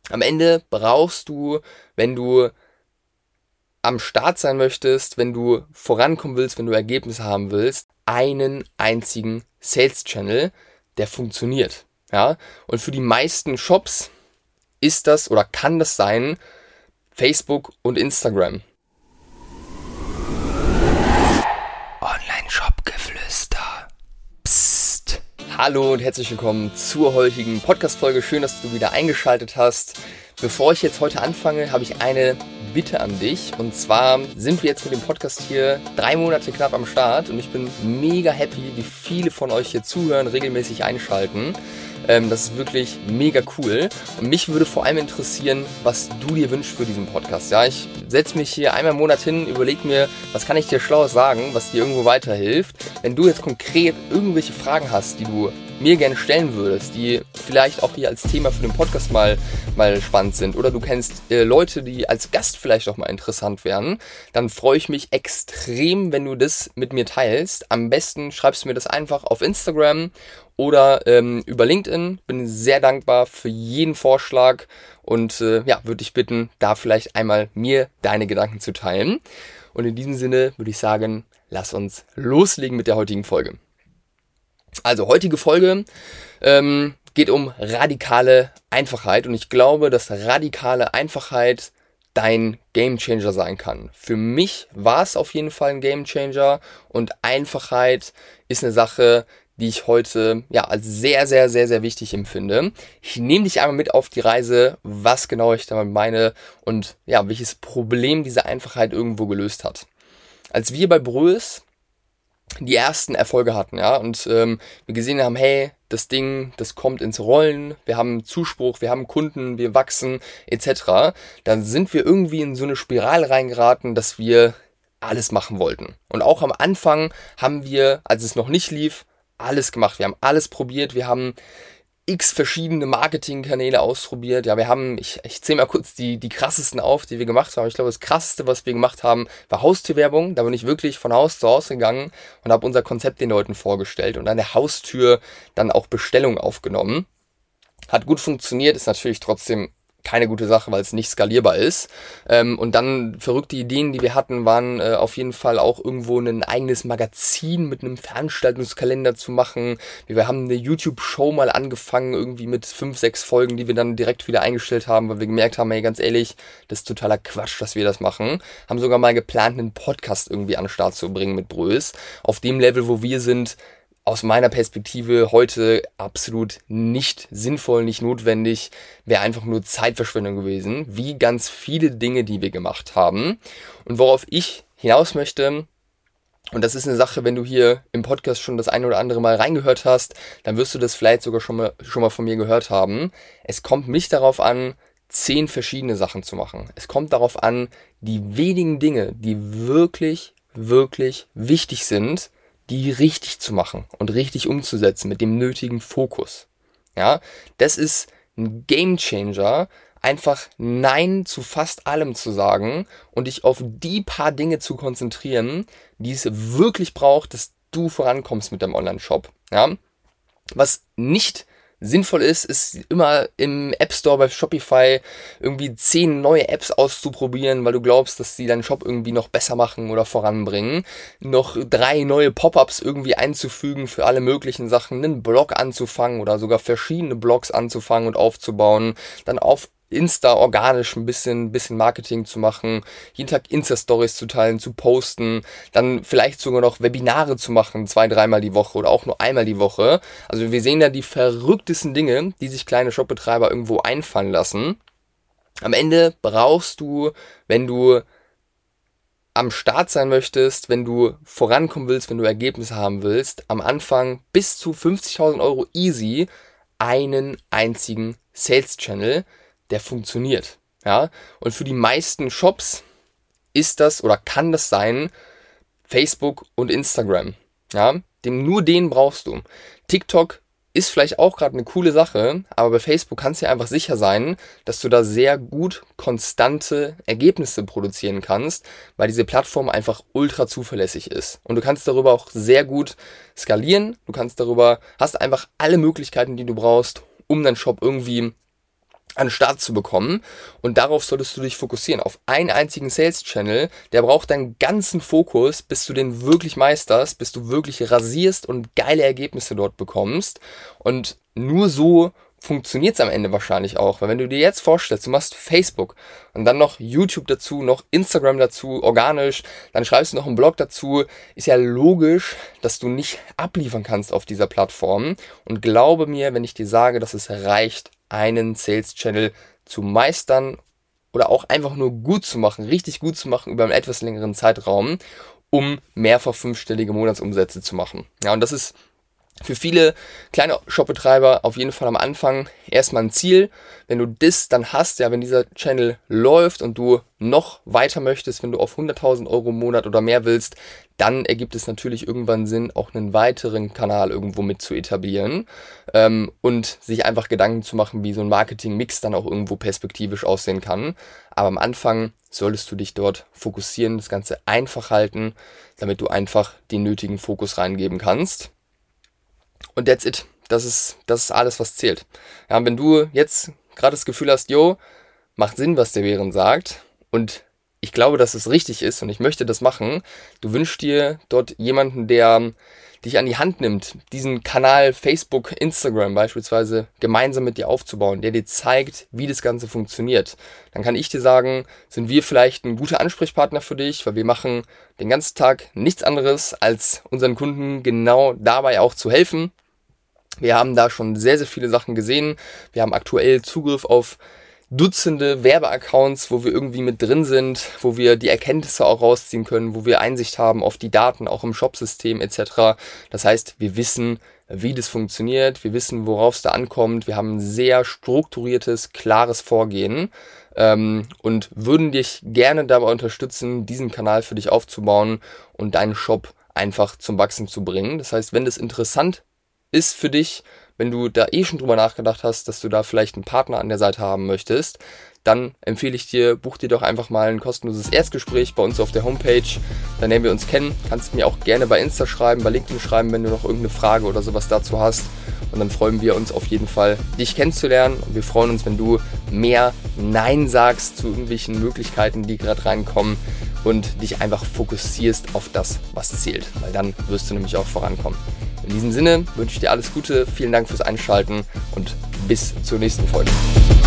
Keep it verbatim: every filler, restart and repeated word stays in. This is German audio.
Am Ende brauchst du, wenn du am Start sein möchtest, wenn du vorankommen willst, wenn du Ergebnisse haben willst, einen einzigen Sales Channel, der funktioniert. Ja? Und für die meisten Shops ist das oder kann das sein Facebook und Instagram. Online-Shop-Geflüster. Psst. Hallo und herzlich willkommen zur heutigen Podcast-Folge. Schön, dass du wieder eingeschaltet hast. Bevor ich jetzt heute anfange, habe ich eine Bitte an dich. Und zwar sind wir jetzt mit dem Podcast hier drei Monate knapp am Start. Und ich bin mega happy, wie viele von euch hier zuhören, regelmäßig einschalten. Ähm, das ist wirklich mega cool. Und mich würde vor allem interessieren, was du dir wünschst für diesen Podcast. Ja, ich setze mich hier einmal im Monat hin, überlege mir, was kann ich dir Schlaues sagen, was dir irgendwo weiterhilft. Wenn du jetzt konkret irgendwelche Fragen hast, die du mir gerne stellen würdest, die vielleicht auch hier als Thema für den Podcast mal, mal spannend sind, oder du kennst äh, Leute, die als Gast vielleicht auch mal interessant wären, dann freue ich mich extrem, wenn du das mit mir teilst. Am besten schreibst du mir das einfach auf Instagram oder ähm, über LinkedIn. Bin sehr dankbar für jeden Vorschlag und äh, ja, würde dich bitten, da vielleicht einmal mir deine Gedanken zu teilen. Und in diesem Sinne würde ich sagen, lass uns loslegen mit der heutigen Folge. Also, heutige Folge ähm, geht um radikale Einfachheit und ich glaube, dass radikale Einfachheit dein Gamechanger sein kann. Für mich war es auf jeden Fall ein Gamechanger und Einfachheit ist eine Sache, die ich heute ja als sehr, sehr, sehr, sehr wichtig empfinde. Ich nehme dich einmal mit auf die Reise, was genau ich damit meine und ja, welches Problem diese Einfachheit irgendwo gelöst hat. Als wir bei Brös die ersten Erfolge hatten, ja, und ähm, wir gesehen haben, hey, das Ding, das kommt ins Rollen, wir haben Zuspruch, wir haben Kunden, wir wachsen, et cetera, dann sind wir irgendwie in so eine Spirale reingeraten, dass wir alles machen wollten. Und auch am Anfang haben wir, als es noch nicht lief, alles gemacht. Wir haben alles probiert, wir haben x verschiedene Marketingkanäle ausprobiert. Ja, wir haben, ich, ich zähle mal kurz die, die krassesten auf, die wir gemacht haben. Ich glaube, das krasseste, was wir gemacht haben, war Haustürwerbung. Da bin ich wirklich von Haus zu Haus gegangen und habe unser Konzept den Leuten vorgestellt und an der Haustür dann auch Bestellungen aufgenommen. Hat gut funktioniert, ist natürlich trotzdem keine gute Sache, weil es nicht skalierbar ist. Ähm, und dann verrückte Ideen, die wir hatten, waren äh, auf jeden Fall auch irgendwo ein eigenes Magazin mit einem Veranstaltungskalender zu machen. Wir haben eine YouTube-Show mal angefangen, irgendwie mit fünf, sechs Folgen, die wir dann direkt wieder eingestellt haben, weil wir gemerkt haben, ey, ganz ehrlich, das ist totaler Quatsch, dass wir das machen. Haben sogar mal geplant, einen Podcast irgendwie an den Start zu bringen mit Brös. Auf dem Level, wo wir sind, aus meiner Perspektive heute absolut nicht sinnvoll, nicht notwendig, wäre einfach nur Zeitverschwendung gewesen, wie ganz viele Dinge, die wir gemacht haben. Und worauf ich hinaus möchte, und das ist eine Sache, wenn du hier im Podcast schon das eine oder andere Mal reingehört hast, dann wirst du das vielleicht sogar schon mal, schon mal von mir gehört haben. Es kommt nicht darauf an, zehn verschiedene Sachen zu machen. Es kommt darauf an, die wenigen Dinge, die wirklich, wirklich wichtig sind, die richtig zu machen und richtig umzusetzen mit dem nötigen Fokus. Ja, das ist ein Gamechanger, einfach Nein zu fast allem zu sagen und dich auf die paar Dinge zu konzentrieren, die es wirklich braucht, dass du vorankommst mit deinem Online-Shop. Ja, was nicht sinnvoll ist, ist immer im App Store bei Shopify irgendwie zehn neue Apps auszuprobieren, weil du glaubst, dass sie deinen Shop irgendwie noch besser machen oder voranbringen. Noch drei neue Pop-ups irgendwie einzufügen für alle möglichen Sachen, einen Blog anzufangen oder sogar verschiedene Blogs anzufangen und aufzubauen, dann auf Insta organisch ein bisschen, bisschen Marketing zu machen, jeden Tag Insta-Stories zu teilen, zu posten, dann vielleicht sogar noch Webinare zu machen, zwei, dreimal die Woche oder auch nur einmal die Woche. Also wir sehen da die verrücktesten Dinge, die sich kleine Shopbetreiber irgendwo einfallen lassen. Am Ende brauchst du, wenn du am Start sein möchtest, wenn du vorankommen willst, wenn du Ergebnisse haben willst, am Anfang bis zu fünfzigtausend Euro easy, einen einzigen Sales-Channel, der funktioniert, ja, und für die meisten Shops ist das oder kann das sein Facebook und Instagram, ja, dem, nur den brauchst du. TikTok ist vielleicht auch gerade eine coole Sache, aber bei Facebook kannst du ja einfach sicher sein, dass du da sehr gut konstante Ergebnisse produzieren kannst, weil diese Plattform einfach ultra zuverlässig ist. Und du kannst darüber auch sehr gut skalieren, du kannst darüber, hast einfach alle Möglichkeiten, die du brauchst, um deinen Shop irgendwie an den Start zu bekommen, und darauf solltest du dich fokussieren, auf einen einzigen Sales-Channel. Der braucht deinen ganzen Fokus, bis du den wirklich meisterst, bis du wirklich rasierst und geile Ergebnisse dort bekommst, und nur so funktioniert es am Ende wahrscheinlich auch, weil wenn du dir jetzt vorstellst, du machst Facebook und dann noch YouTube dazu, noch Instagram dazu, organisch, dann schreibst du noch einen Blog dazu, ist ja logisch, dass du nicht abliefern kannst auf dieser Plattform. Und glaube mir, wenn ich dir sage, dass es reicht, einen Sales-Channel zu meistern oder auch einfach nur gut zu machen, richtig gut zu machen über einen etwas längeren Zeitraum, um mehrfach fünfstellige Monatsumsätze zu machen. Ja, und das ist für viele kleine Shopbetreiber auf jeden Fall am Anfang erstmal ein Ziel. Wenn du das dann hast, ja, wenn dieser Channel läuft und du noch weiter möchtest, wenn du auf hunderttausend Euro im Monat oder mehr willst, dann ergibt es natürlich irgendwann Sinn, auch einen weiteren Kanal irgendwo mit zu etablieren ähm, und sich einfach Gedanken zu machen, wie so ein Marketing-Mix dann auch irgendwo perspektivisch aussehen kann. Aber am Anfang solltest du dich dort fokussieren, das Ganze einfach halten, damit du einfach den nötigen Fokus reingeben kannst. Und that's it. Das ist, das ist alles, was zählt. Ja, wenn du jetzt gerade das Gefühl hast, yo, macht Sinn, was der Bären sagt, und ich glaube, dass es richtig ist und ich möchte das machen, du wünschst dir dort jemanden, der dich an die Hand nimmt, diesen Kanal Facebook, Instagram beispielsweise gemeinsam mit dir aufzubauen, der dir zeigt, wie das Ganze funktioniert, dann kann ich dir sagen, sind wir vielleicht ein guter Ansprechpartner für dich, weil wir machen den ganzen Tag nichts anderes, als unseren Kunden genau dabei auch zu helfen. Wir haben da schon sehr, sehr viele Sachen gesehen. Wir haben aktuell Zugriff auf Dutzende Werbeaccounts, wo wir irgendwie mit drin sind, wo wir die Erkenntnisse auch rausziehen können, wo wir Einsicht haben auf die Daten, auch im Shopsystem et cetera. Das heißt, wir wissen, wie das funktioniert, wir wissen, worauf es da ankommt, wir haben ein sehr strukturiertes, klares Vorgehen ähm, und würden dich gerne dabei unterstützen, diesen Kanal für dich aufzubauen und deinen Shop einfach zum Wachsen zu bringen. Das heißt, wenn das interessant ist für dich, wenn du da eh schon drüber nachgedacht hast, dass du da vielleicht einen Partner an der Seite haben möchtest, dann empfehle ich dir, buch dir doch einfach mal ein kostenloses Erstgespräch bei uns auf der Homepage. Dann lernen wir uns kennen. Kannst mir auch gerne bei Insta schreiben, bei LinkedIn schreiben, wenn du noch irgendeine Frage oder sowas dazu hast. Und dann freuen wir uns auf jeden Fall, dich kennenzulernen. Und wir freuen uns, wenn du mehr Nein sagst zu irgendwelchen Möglichkeiten, die gerade reinkommen, und dich einfach fokussierst auf das, was zählt. Weil dann wirst du nämlich auch vorankommen. In diesem Sinne wünsche ich dir alles Gute, vielen Dank fürs Einschalten und bis zur nächsten Folge.